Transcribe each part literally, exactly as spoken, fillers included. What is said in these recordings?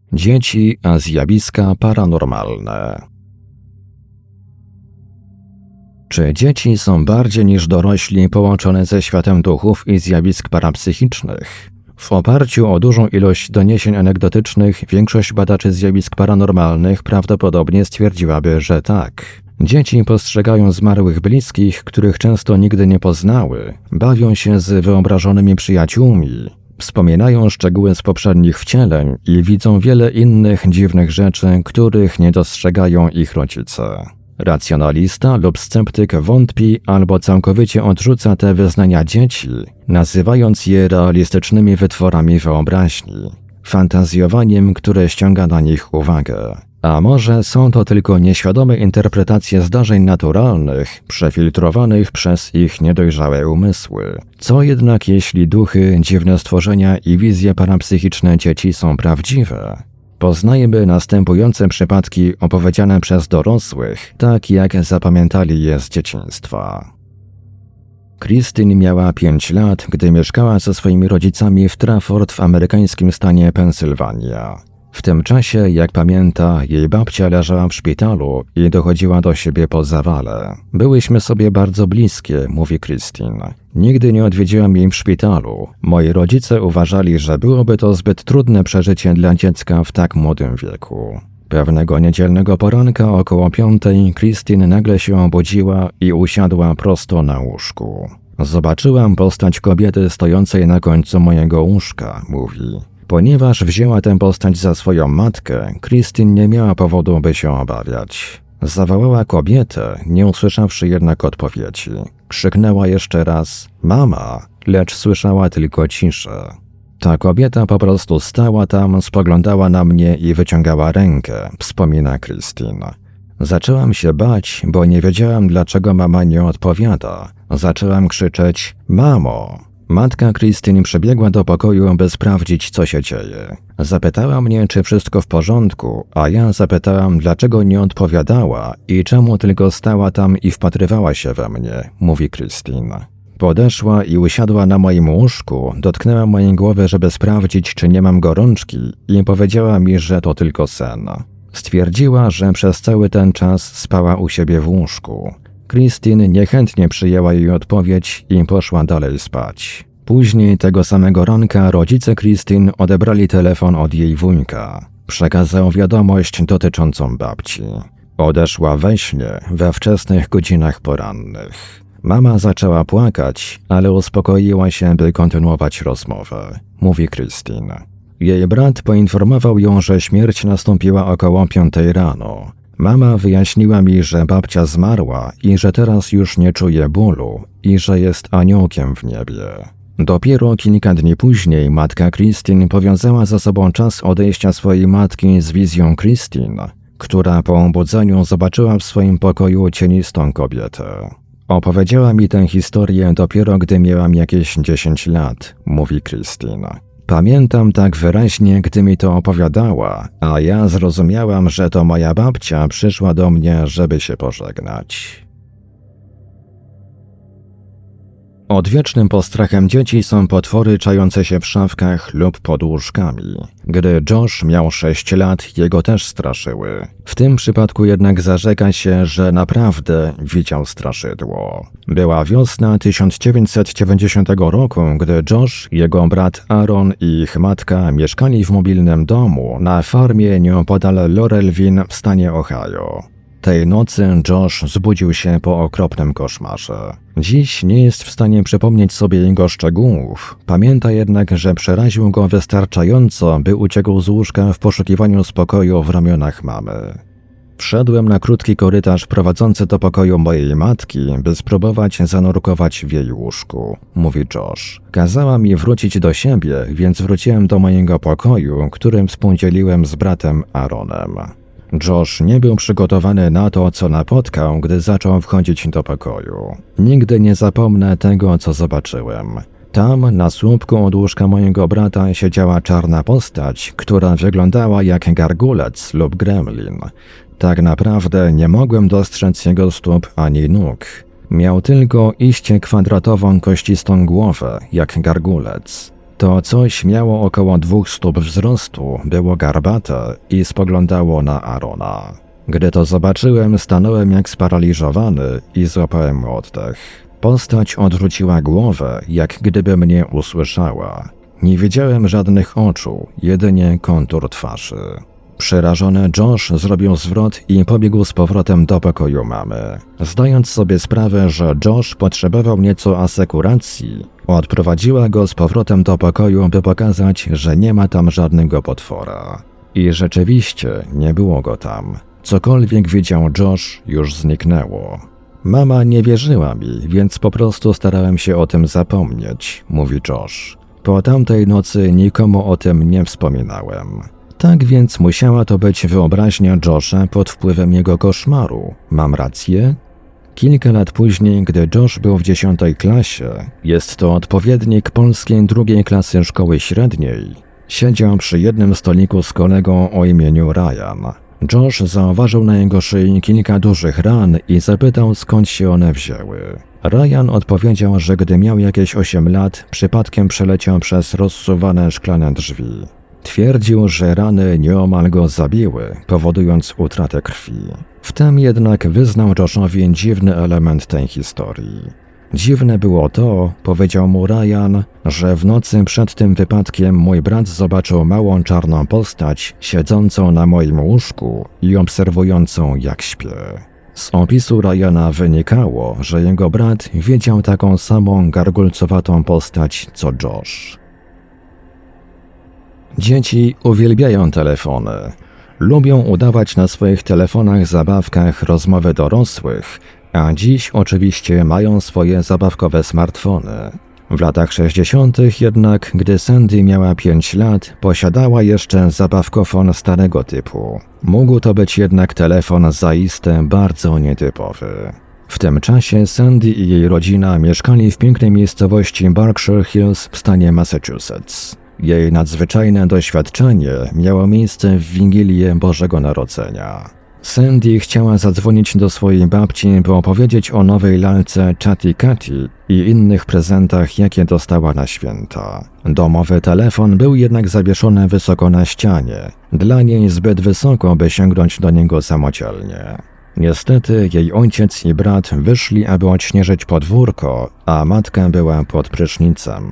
Dzieci a zjawiska paranormalne. Czy dzieci są bardziej niż dorośli połączone ze światem duchów i zjawisk parapsychicznych? W oparciu o dużą ilość doniesień anegdotycznych większość badaczy zjawisk paranormalnych prawdopodobnie stwierdziłaby, że tak. Dzieci postrzegają zmarłych bliskich, których często nigdy nie poznały, bawią się z wyobrażonymi przyjaciółmi, wspominają szczegóły z poprzednich wcieleń i widzą wiele innych dziwnych rzeczy, których nie dostrzegają ich rodzice. Racjonalista lub sceptyk wątpi albo całkowicie odrzuca te wyznania dzieci, nazywając je realistycznymi wytworami wyobraźni, fantazjowaniem, które ściąga na nich uwagę. A może są to tylko nieświadome interpretacje zdarzeń naturalnych, przefiltrowanych przez ich niedojrzałe umysły. Co jednak jeśli duchy, dziwne stworzenia i wizje parapsychiczne dzieci są prawdziwe? Poznajmy następujące przypadki opowiedziane przez dorosłych, tak jak zapamiętali je z dzieciństwa. Christine miała pięć lat, gdy mieszkała ze swoimi rodzicami w Trafford w amerykańskim stanie Pensylwania. W tym czasie, jak pamięta, jej babcia leżała w szpitalu i dochodziła do siebie po zawale. Byłyśmy sobie bardzo bliskie, mówi Christine. Nigdy nie odwiedziłam jej w szpitalu. Moi rodzice uważali, że byłoby to zbyt trudne przeżycie dla dziecka w tak młodym wieku. Pewnego niedzielnego poranka około piątej Christine nagle się obudziła i usiadła prosto na łóżku. Zobaczyłam postać kobiety stojącej na końcu mojego łóżka, mówi. Ponieważ wzięła tę postać za swoją matkę, Christine nie miała powodu, by się obawiać. Zawołała kobietę, nie usłyszawszy jednak odpowiedzi. Krzyknęła jeszcze raz – mama, lecz słyszała tylko ciszę. Ta kobieta po prostu stała tam, spoglądała na mnie i wyciągała rękę, wspomina Christine. Zaczęłam się bać, bo nie wiedziałam, dlaczego mama nie odpowiada. Zaczęłam krzyczeć – mamo! Matka Christine przybiegła do pokoju, by sprawdzić, co się dzieje. Zapytała mnie, czy wszystko w porządku, a ja zapytałam, dlaczego nie odpowiadała i czemu tylko stała tam i wpatrywała się we mnie, mówi Christine. Podeszła i usiadła na moim łóżku, dotknęła mojej głowy, żeby sprawdzić, czy nie mam gorączki i powiedziała mi, że to tylko sen. Stwierdziła, że przez cały ten czas spała u siebie w łóżku. Christine niechętnie przyjęła jej odpowiedź i poszła dalej spać. Później tego samego ranka rodzice Christine odebrali telefon od jej wujka. Przekazał wiadomość dotyczącą babci. Odeszła we śnie we wczesnych godzinach porannych. Mama zaczęła płakać, ale uspokoiła się, by kontynuować rozmowę, mówi Christine. Jej brat poinformował ją, że śmierć nastąpiła około piątej rano. Mama wyjaśniła mi, że babcia zmarła i że teraz już nie czuje bólu i że jest aniołkiem w niebie. Dopiero kilka dni później matka Christine powiązała ze sobą czas odejścia swojej matki z wizją Christine, która po obudzeniu zobaczyła w swoim pokoju cienistą kobietę. Opowiedziała mi tę historię dopiero gdy miałam jakieś dziesięć lat, mówi Christine. Pamiętam tak wyraźnie, gdy mi to opowiadała, a ja zrozumiałam, że to moja babcia przyszła do mnie, żeby się pożegnać. Odwiecznym postrachem dzieci są potwory czające się w szafkach lub pod łóżkami. Gdy Josh miał sześć lat, jego też straszyły. W tym przypadku jednak zarzeka się, że naprawdę widział straszydło. Była wiosna tysiąc dziewięćset dziewięćdziesiątego roku, gdy Josh, jego brat Aaron i ich matka mieszkali w mobilnym domu na farmie nieopodal Laurelville w stanie Ohio. Tej nocy Josh zbudził się po okropnym koszmarze. Dziś nie jest w stanie przypomnieć sobie jego szczegółów. Pamięta jednak, że przeraził go wystarczająco, by uciekł z łóżka w poszukiwaniu spokoju w ramionach mamy. Wszedłem na krótki korytarz prowadzący do pokoju mojej matki, by spróbować zanurkować w jej łóżku, mówi Josh. Kazała mi wrócić do siebie, więc wróciłem do mojego pokoju, którym współdzieliłem z bratem Aaronem. Josh nie był przygotowany na to, co napotkał, gdy zaczął wchodzić do pokoju. Nigdy nie zapomnę tego, co zobaczyłem. Tam, na słupku od łóżka mojego brata, siedziała czarna postać, która wyglądała jak gargulec lub gremlin. Tak naprawdę nie mogłem dostrzec jego stóp ani nóg. Miał tylko iście kwadratową, kościstą głowę, jak gargulec. To coś miało około dwóch stóp wzrostu, było garbate i spoglądało na Aarona. Gdy to zobaczyłem, stanąłem jak sparaliżowany i złapałem oddech. Postać odwróciła głowę, jak gdyby mnie usłyszała. Nie widziałem żadnych oczu, jedynie kontur twarzy. Przerażony Josh zrobił zwrot i pobiegł z powrotem do pokoju mamy. Zdając sobie sprawę, że Josh potrzebował nieco asekuracji, odprowadziła go z powrotem do pokoju, by pokazać, że nie ma tam żadnego potwora. I rzeczywiście nie było go tam. Cokolwiek widział Josh, już zniknęło. Mama nie wierzyła mi, więc po prostu starałem się o tym zapomnieć, mówi Josh. Po tamtej nocy nikomu o tym nie wspominałem. Tak więc musiała to być wyobraźnia Josha pod wpływem jego koszmaru. Mam rację? Kilka lat później, gdy Josh był w dziesiątej klasie, jest to odpowiednik polskiej drugiej klasy szkoły średniej, siedział przy jednym stoliku z kolegą o imieniu Ryan. Josh zauważył na jego szyi kilka dużych ran i zapytał, skąd się one wzięły. Ryan odpowiedział, że gdy miał jakieś osiem lat, przypadkiem przeleciał przez rozsuwane szklane drzwi. Twierdził, że rany nieomal go zabiły, powodując utratę krwi. Wtem jednak wyznał Joshowi dziwny element tej historii. Dziwne było to, powiedział mu Ryan, że w nocy przed tym wypadkiem mój brat zobaczył małą czarną postać siedzącą na moim łóżku i obserwującą, jak śpię. Z opisu Ryana wynikało, że jego brat widział taką samą gargulcowatą postać co Josh. Dzieci uwielbiają telefony. Lubią udawać na swoich telefonach zabawkach rozmowy dorosłych, a dziś oczywiście mają swoje zabawkowe smartfony. W latach sześćdziesiątych jednak, gdy Sandy miała pięć lat, posiadała jeszcze zabawkofon starego typu. Mógł to być jednak telefon zaiste bardzo nietypowy. W tym czasie Sandy i jej rodzina mieszkali w pięknej miejscowości Berkshire Hills w stanie Massachusetts. Jej nadzwyczajne doświadczenie miało miejsce w Wigilię Bożego Narodzenia. Sandy chciała zadzwonić do swojej babci, by opowiedzieć o nowej lalce Chatty Cathy i innych prezentach, jakie dostała na święta. Domowy telefon był jednak zawieszony wysoko na ścianie, dla niej zbyt wysoko, by sięgnąć do niego samodzielnie. Niestety jej ojciec i brat wyszli, aby odśnieżyć podwórko, a matka była pod prysznicem.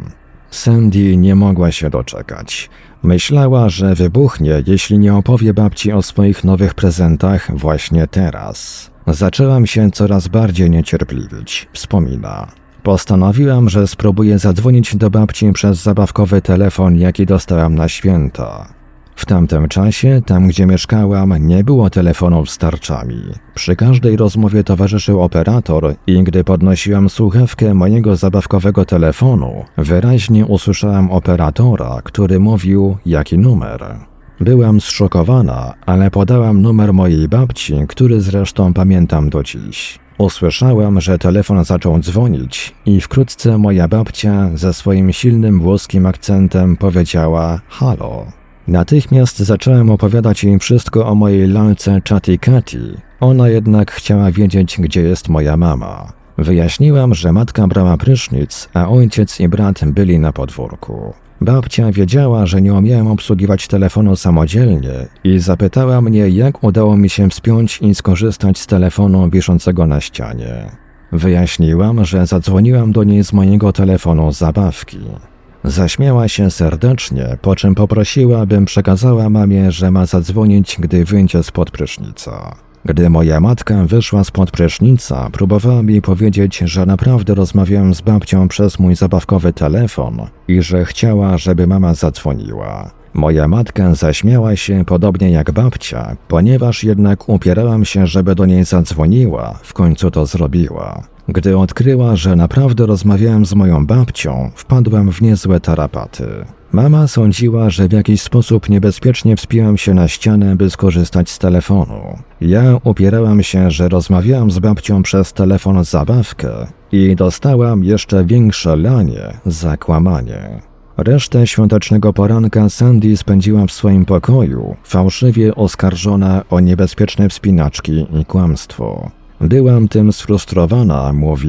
Sandy nie mogła się doczekać. Myślała, że wybuchnie, jeśli nie opowie babci o swoich nowych prezentach właśnie teraz. Zaczęłam się coraz bardziej niecierpliwić, wspomina. Postanowiłam, że spróbuję zadzwonić do babci przez zabawkowy telefon, jaki dostałam na święta. W tamtym czasie, tam gdzie mieszkałam, nie było telefonów z tarczami. Przy każdej rozmowie towarzyszył operator i gdy podnosiłam słuchawkę mojego zabawkowego telefonu, wyraźnie usłyszałam operatora, który mówił, jaki numer. Byłam zszokowana, ale podałam numer mojej babci, który zresztą pamiętam do dziś. Usłyszałam, że telefon zaczął dzwonić i wkrótce moja babcia ze swoim silnym włoskim akcentem powiedziała halo. Natychmiast zacząłem opowiadać jej wszystko o mojej lalce Chatty Cathy. Ona jednak chciała wiedzieć, gdzie jest moja mama. Wyjaśniłam, że matka brała prysznic, a ojciec i brat byli na podwórku. Babcia wiedziała, że nie umiałem obsługiwać telefonu samodzielnie i zapytała mnie, jak udało mi się wspiąć i skorzystać z telefonu wiszącego na ścianie. Wyjaśniłam, że zadzwoniłam do niej z mojego telefonu zabawki. Zaśmiała się serdecznie, po czym poprosiła, bym przekazała mamie, że ma zadzwonić, gdy wyjdzie spod prysznica. Gdy moja matka wyszła spod prysznica, próbowała mi powiedzieć, że naprawdę rozmawiałem z babcią przez mój zabawkowy telefon i że chciała, żeby mama zadzwoniła. Moja matka zaśmiała się podobnie jak babcia, ponieważ jednak upierałam się, żeby do niej zadzwoniła, w końcu to zrobiła. Gdy odkryła, że naprawdę rozmawiałem z moją babcią, wpadłam w niezłe tarapaty. Mama sądziła, że w jakiś sposób niebezpiecznie wspiąłem się na ścianę, by skorzystać z telefonu. Ja upierałam się, że rozmawiałam z babcią przez telefon zabawkę i dostałam jeszcze większe lanie za kłamanie. Resztę świątecznego poranka Sandy spędziła w swoim pokoju, fałszywie oskarżona o niebezpieczne wspinaczki i kłamstwo. Byłam tym sfrustrowana, mówi.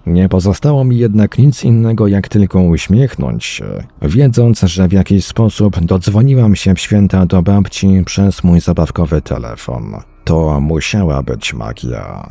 Nie pozostało mi jednak nic innego jak tylko uśmiechnąć się, wiedząc, że w jakiś sposób dodzwoniłam się w święta do babci przez mój zabawkowy telefon. To musiała być magia.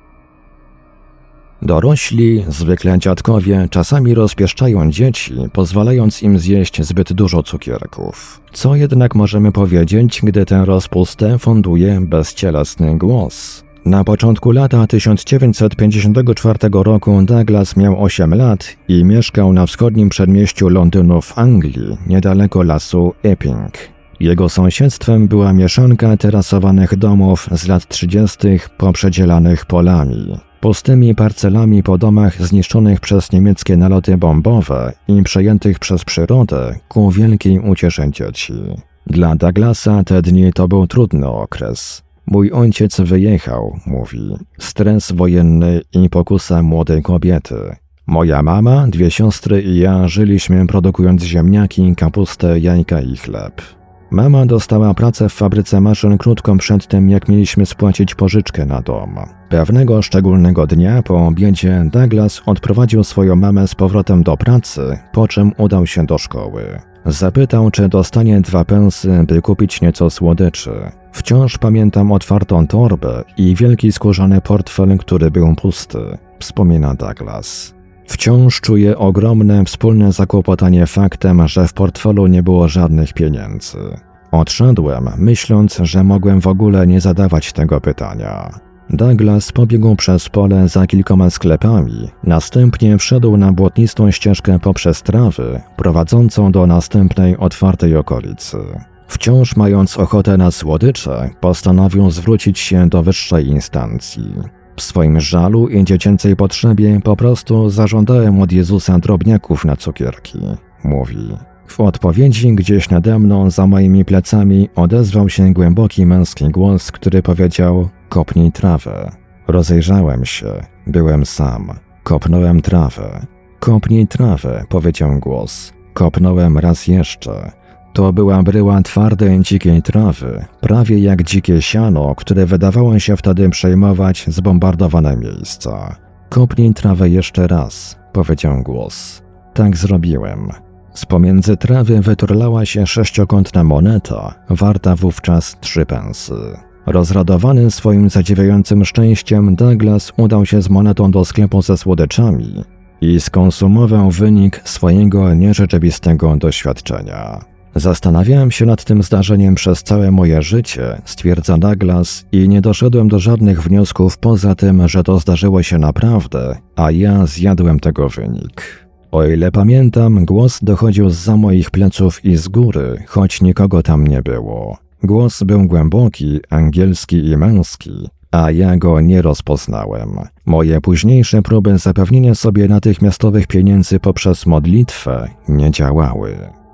Dorośli, zwykle dziadkowie, czasami rozpieszczają dzieci, pozwalając im zjeść zbyt dużo cukierków. Co jednak możemy powiedzieć, gdy tę rozpustę funduje bezcielesny głos? Na początku lata tysiąc dziewięćset pięćdziesiątego czwartego roku Douglas miał osiem lat i mieszkał na wschodnim przedmieściu Londynu w Anglii, niedaleko lasu Epping. Jego sąsiedztwem była mieszanka terasowanych domów z lat trzydziestych poprzedzielanych polami, pustymi parcelami po domach zniszczonych przez niemieckie naloty bombowe i przejętych przez przyrodę ku wielkiej uciesze dzieci. Dla Douglasa te dni to był trudny okres. Mój ojciec wyjechał, mówi, stres wojenny i pokusa młodej kobiety. Moja mama, dwie siostry i ja żyliśmy produkując ziemniaki, kapustę, jajka i chleb. Mama dostała pracę w fabryce maszyn krótko przed tym, jak mieliśmy spłacić pożyczkę na dom. Pewnego szczególnego dnia po obiedzie Douglas odprowadził swoją mamę z powrotem do pracy, po czym udał się do szkoły. Zapytał, czy dostanie dwa pensy, by kupić nieco słodyczy. Wciąż pamiętam otwartą torbę i wielki skórzany portfel, który był pusty, wspomina Douglas. Wciąż czuję ogromne wspólne zakłopotanie faktem, że w portfelu nie było żadnych pieniędzy. Odszedłem, myśląc, że mogłem w ogóle nie zadawać tego pytania. Douglas pobiegł przez pole za kilkoma sklepami, następnie wszedł na błotnistą ścieżkę poprzez trawy, prowadzącą do następnej otwartej okolicy. Wciąż mając ochotę na słodycze, postanowił zwrócić się do wyższej instancji. W swoim żalu i dziecięcej potrzebie po prostu zażądałem od Jezusa drobniaków na cukierki, mówi. W odpowiedzi gdzieś nade mną, za moimi plecami, odezwał się głęboki męski głos, który powiedział: kopnij trawę. Rozejrzałem się. Byłem sam. Kopnąłem trawę. Kopnij trawę, powiedział głos. Kopnąłem raz jeszcze. To była bryła twardej, dzikiej trawy, prawie jak dzikie siano, które wydawało się wtedy przejmować zbombardowane miejsca. Kopnij trawę jeszcze raz, powiedział głos. Tak zrobiłem. Z pomiędzy trawy wyturlała się sześciokątna moneta, warta wówczas trzy pensy. Rozradowany swoim zadziwiającym szczęściem, Douglas udał się z monetą do sklepu ze słodyczami i skonsumował wynik swojego nierzeczywistego doświadczenia. Zastanawiałem się nad tym zdarzeniem przez całe moje życie, stwierdza Douglas, i nie doszedłem do żadnych wniosków poza tym, że to zdarzyło się naprawdę, a ja zjadłem tego wynik. O ile pamiętam, głos dochodził zza moich pleców i z góry, choć nikogo tam nie było. Głos był głęboki, angielski i męski, a ja go nie rozpoznałem. Moje późniejsze próby zapewnienia sobie natychmiastowych pieniędzy poprzez modlitwę nie działały.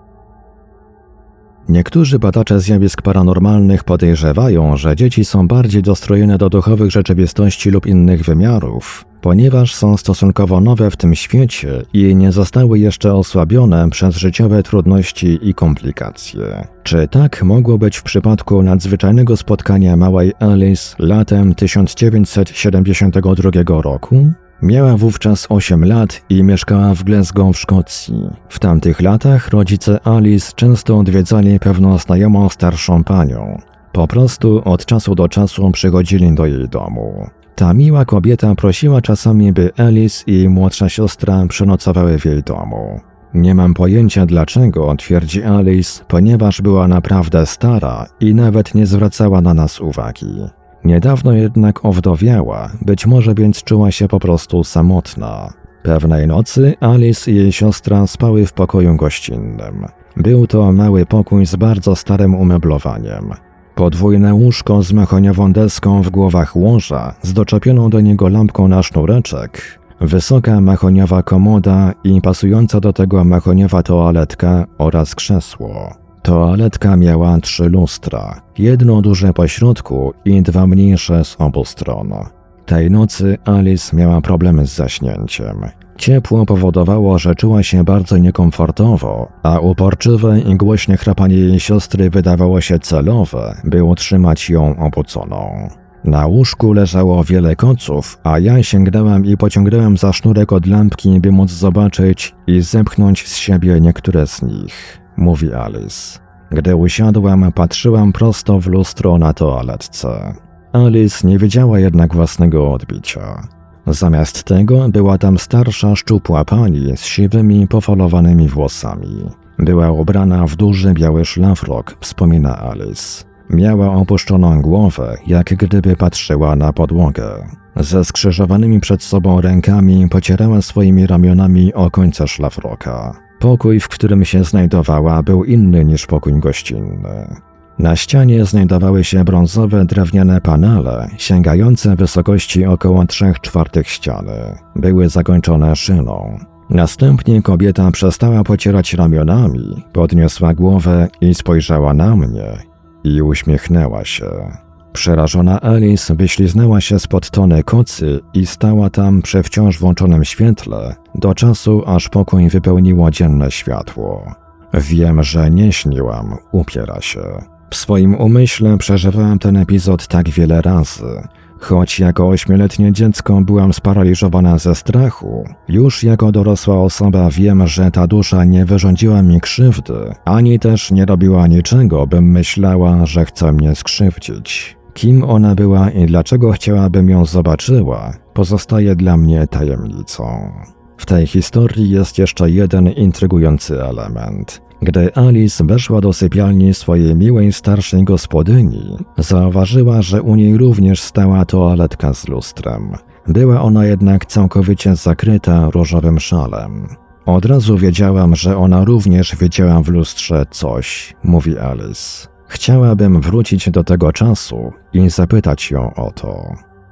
Niektórzy badacze zjawisk paranormalnych podejrzewają, że dzieci są bardziej dostrojone do duchowych rzeczywistości lub innych wymiarów, ponieważ są stosunkowo nowe w tym świecie i nie zostały jeszcze osłabione przez życiowe trudności i komplikacje. Czy tak mogło być w przypadku nadzwyczajnego spotkania małej Alice latem tysiąc dziewięćset siedemdziesiątego drugiego roku? Miała wówczas osiem lat i mieszkała w Glasgow w Szkocji. W tamtych latach rodzice Alice często odwiedzali pewną znajomą starszą panią. Po prostu od czasu do czasu przychodzili do jej domu. Ta miła kobieta prosiła czasami, by Alice i jej młodsza siostra przenocowały w jej domu. Nie mam pojęcia dlaczego, twierdzi Alice, ponieważ była naprawdę stara i nawet nie zwracała na nas uwagi. Niedawno jednak owdowiała, być może więc czuła się po prostu samotna. Pewnej nocy Alice i jej siostra spały w pokoju gościnnym. Był to mały pokój z bardzo starym umeblowaniem. Podwójne łóżko z mahoniową deską w głowach łoża, z doczepioną do niego lampką na sznureczek, wysoka mahoniowa komoda i pasująca do tego mahoniowa toaletka oraz krzesło. Toaletka miała trzy lustra, jedno duże po środku i dwa mniejsze z obu stron. Tej nocy Alice miała problemy z zaśnięciem. Ciepło powodowało, że czuła się bardzo niekomfortowo, a uporczywe i głośne chrapanie jej siostry wydawało się celowe, by utrzymać ją obudzoną. Na łóżku leżało wiele koców, a ja sięgnęłam i pociągnęłam za sznurek od lampki, by móc zobaczyć i zepchnąć z siebie niektóre z nich, mówi Alice. Gdy usiadłam, patrzyłam prosto w lustro na toaletce. Alice nie widziała jednak własnego odbicia. Zamiast tego była tam starsza, szczupła pani z siwymi, pofalowanymi włosami. Była ubrana w duży biały szlafrok, wspomina Alice. Miała opuszczoną głowę, jak gdyby patrzyła na podłogę. Ze skrzyżowanymi przed sobą rękami pocierała swoimi ramionami o końce szlafroka. Pokój, w którym się znajdowała, był inny niż pokój gościnny. Na ścianie znajdowały się brązowe drewniane panele, sięgające wysokości około trzech czwartych ściany. Były zakończone szyną. Następnie kobieta przestała pocierać ramionami, podniosła głowę i spojrzała na mnie i uśmiechnęła się. Przerażona Alice wyśliznęła się spod tony kocy i stała tam przy wciąż włączonym świetle, do czasu aż pokój wypełniło dzienne światło. Wiem, że nie śniłam, upiera się. W swoim umyśle przeżywałam ten epizod tak wiele razy. Choć jako ośmioletnie dziecko byłam sparaliżowana ze strachu, już jako dorosła osoba wiem, że ta dusza nie wyrządziła mi krzywdy, ani też nie robiła niczego, bym myślała, że chce mnie skrzywdzić. Kim ona była i dlaczego chciałabym ją zobaczyła, pozostaje dla mnie tajemnicą. W tej historii jest jeszcze jeden intrygujący element. Gdy Alice weszła do sypialni swojej miłej starszej gospodyni, zauważyła, że u niej również stała toaletka z lustrem. Była ona jednak całkowicie zakryta różowym szalem. Od razu wiedziałam, że ona również widziała w lustrze coś, mówi Alice. Chciałabym wrócić do tego czasu i zapytać ją o to.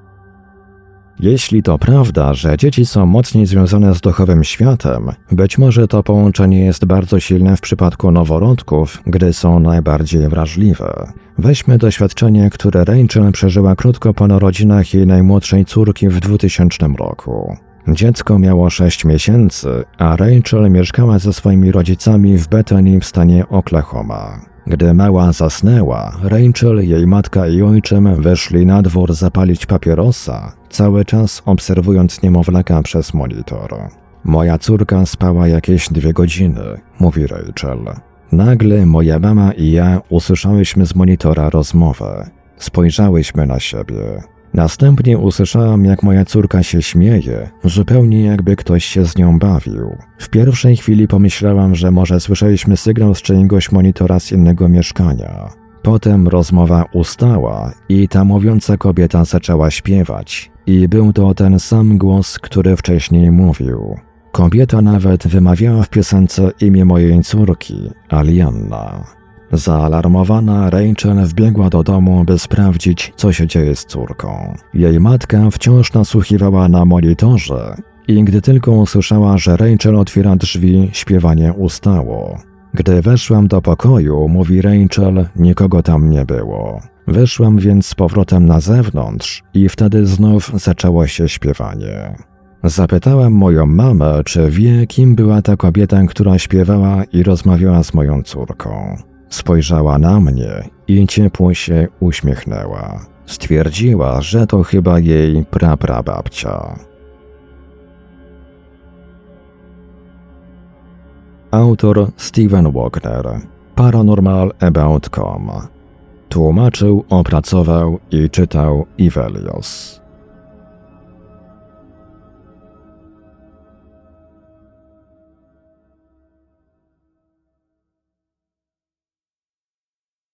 Jeśli to prawda, że dzieci są mocniej związane z duchowym światem, być może to połączenie jest bardzo silne w przypadku noworodków, gdy są najbardziej wrażliwe. Weźmy doświadczenie, które Rachel przeżyła krótko po narodzinach jej najmłodszej córki w dwutysięcznym roku. Dziecko miało sześć miesięcy, a Rachel mieszkała ze swoimi rodzicami w Bethany w stanie Oklahoma. Gdy mała zasnęła, Rachel, jej matka i ojczym wyszli na dwór zapalić papierosa, cały czas obserwując niemowlaka przez monitor. Moja córka spała jakieś dwie godziny, mówi Rachel. Nagle moja mama i ja usłyszałyśmy z monitora rozmowę. Spojrzałyśmy na siebie. Następnie usłyszałam, jak moja córka się śmieje, zupełnie jakby ktoś się z nią bawił. W pierwszej chwili pomyślałam, że może słyszeliśmy sygnał z czyjegoś monitora z innego mieszkania. Potem rozmowa ustała i ta mówiąca kobieta zaczęła śpiewać. I był to ten sam głos, który wcześniej mówił. Kobieta nawet wymawiała w piosence imię mojej córki, Alianna. Zaalarmowana, Rachel wbiegła do domu, by sprawdzić, co się dzieje z córką. Jej matka wciąż nasłuchiwała na monitorze i gdy tylko usłyszała, że Rachel otwiera drzwi, śpiewanie ustało. Gdy weszłam do pokoju, mówi Rachel, nikogo tam nie było. Wyszłam więc z powrotem na zewnątrz i wtedy znów zaczęło się śpiewanie. Zapytałam moją mamę, czy wie, kim była ta kobieta, która śpiewała i rozmawiała z moją córką. Spojrzała na mnie i ciepło się uśmiechnęła. Stwierdziła, że to chyba jej praprababcia. Autor Stephen Wagner, paranormal about kropka com. Tłumaczył, opracował i czytał Ivelios.